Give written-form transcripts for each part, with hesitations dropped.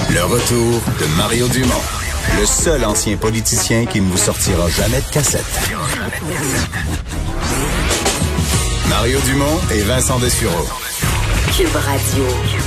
Le retour de Mario Dumont, le seul ancien politicien qui ne vous sortira jamais de cassette. Mario Dumont et Vincent Dessureau. Cube Radio.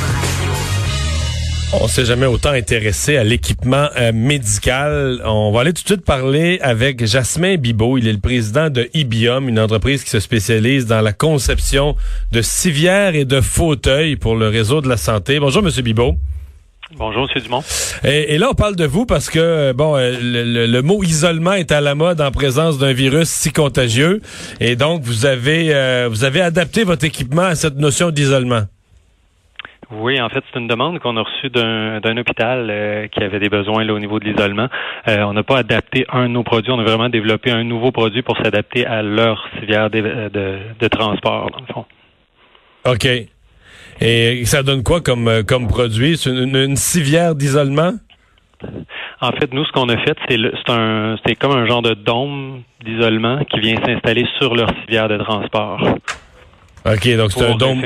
On s'est jamais autant intéressé à l'équipement médical. On va aller tout de suite parler avec Jasmin Bibeau. Il est le président de Ibium, une entreprise qui se spécialise dans la conception de civières et de fauteuils pour le réseau de la santé. Bonjour, Monsieur Bibeau. Bonjour, M. Dumont. Et là, on parle de vous parce que, le mot isolement est à la mode en présence d'un virus si contagieux. Et donc, vous avez adapté votre équipement à cette notion d'isolement. Oui, en fait, c'est une demande qu'on a reçue d'un hôpital qui avait des besoins là, au niveau de l'isolement. On n'a pas adapté un de nos produits, on a vraiment développé un nouveau produit pour s'adapter à leur civière de transport, dans le fond. OK. Et ça donne quoi comme produit? C'est une civière d'isolement? En fait, nous, ce qu'on a fait, c'est comme un genre de dôme d'isolement qui vient s'installer sur leur civière de transport. OK, donc c'est un dôme...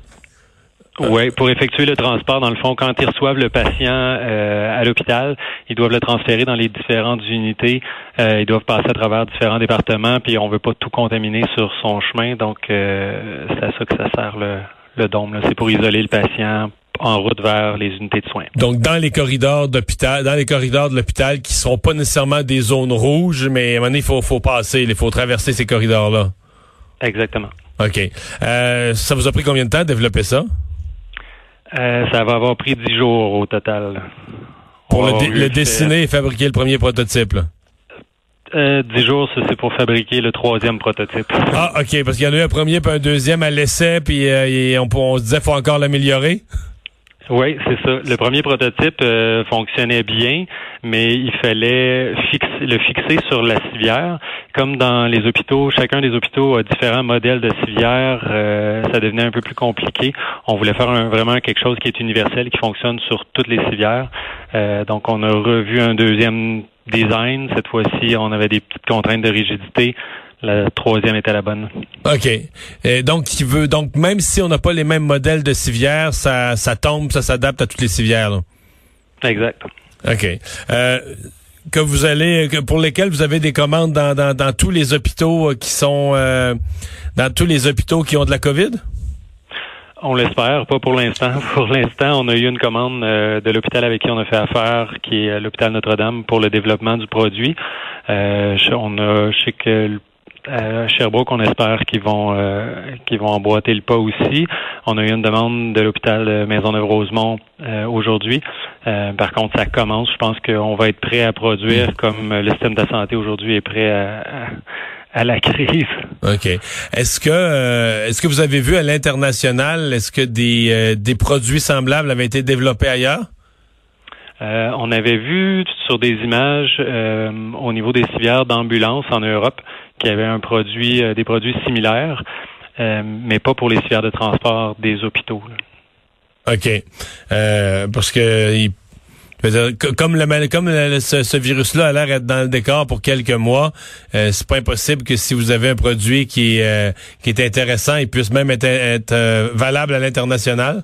Oui, pour effectuer le transport, dans le fond, quand ils reçoivent le patient à l'hôpital, ils doivent le transférer dans les différentes unités. Ils doivent passer à travers différents départements, puis on veut pas tout contaminer sur son chemin. Donc, c'est à ça que ça sert le dôme. Là. C'est pour isoler le patient en route vers les unités de soins. Donc, dans les corridors de l'hôpital qui sont pas nécessairement des zones rouges, mais à un moment donné, il faut passer, il faut traverser ces corridors-là. Exactement. OK. Ça vous a pris combien de temps de développer ça? Ça va avoir pris 10 jours au total. Pour le dessiner et fabriquer le premier prototype, là? 10 jours, c'est pour fabriquer le troisième prototype. Ah, OK, parce qu'il y en a eu un premier puis un deuxième à l'essai, puis on se disait qu'il faut encore l'améliorer? Oui, c'est ça. Le premier prototype fonctionnait bien, mais il fallait le fixer sur la civière. Comme dans les hôpitaux, chacun des hôpitaux a différents modèles de civière. Ça devenait un peu plus compliqué. On voulait faire vraiment quelque chose qui est universel, qui fonctionne sur toutes les civières. Donc, on a revu un deuxième design. Cette fois-ci, on avait des petites contraintes de rigidité. La troisième était la bonne. OK. Donc, même si on n'a pas les mêmes modèles de civières, ça s'adapte à toutes les civières, là. Exact. OK. Pour lesquels vous avez des commandes dans tous les hôpitaux qui sont dans tous les hôpitaux qui ont de la COVID? On l'espère, pas pour l'instant. Pour l'instant, on a eu une commande de l'hôpital avec qui on a fait affaire, qui est l'hôpital Notre-Dame, pour le développement du produit. Je sais que à Sherbrooke, on espère qu'ils vont emboîter le pas aussi. On a eu une demande de l'hôpital Maisonneuve-Rosemont aujourd'hui. Par contre, ça commence. Je pense qu'on va être prêt à produire comme le système de la santé aujourd'hui est prêt à la crise. OK. Est-ce que vous avez vu à l'international, est-ce que des produits semblables avaient été développés ailleurs? On avait vu sur des images au niveau des civières d'ambulance en Europe qu'il y avait des produits similaires, mais pas pour les civières de transport des hôpitaux. Là. OK. Parce que comme ce virus-là a l'air d'être dans le décor pour quelques mois, c'est pas impossible que si vous avez un produit qui est intéressant, il puisse même être valable à l'international?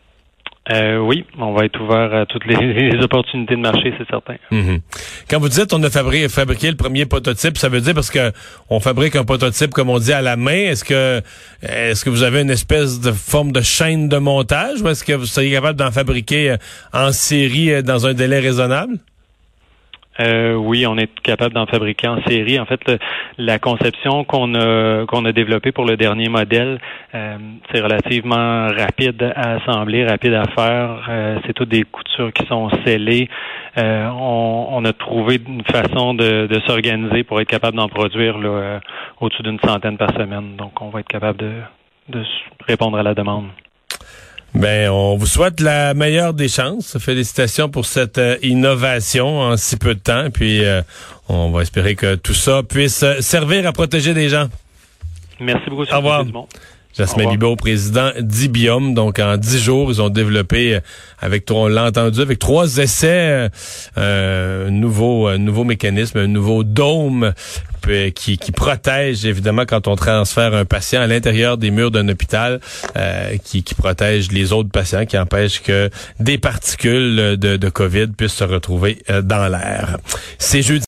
Oui, on va être ouvert à toutes les opportunités de marché, c'est certain. Mm-hmm. Quand vous dites on a fabriqué le premier prototype, ça veut dire parce que on fabrique un prototype, comme on dit, à la main. Est-ce que vous avez une espèce de forme de chaîne de montage ou est-ce que vous seriez capable d'en fabriquer en série dans un délai raisonnable? Oui, on est capable d'en fabriquer en série. En fait, la conception qu'on a développée pour le dernier modèle, c'est relativement rapide à assembler, rapide à faire. C'est toutes des coutures qui sont scellées. On a trouvé une façon de s'organiser pour être capable d'en produire là, au-dessus d'une centaine par semaine. Donc, on va être capable de répondre à la demande. Ben, on vous souhaite la meilleure des chances. Félicitations pour cette innovation en si peu de temps. Puis, on va espérer que tout ça puisse servir à protéger des gens. Merci beaucoup. Au revoir. Jasmin Bibeau, président d'Ibium. Donc, en 10 jours, ils ont développé, on l'a entendu, avec 3 essais, un nouveau mécanisme, un nouveau dôme qui protège, évidemment, quand on transfère un patient à l'intérieur des murs d'un hôpital, qui protège les autres patients, qui empêche que des particules de COVID puissent se retrouver dans l'air. C'est jeudi.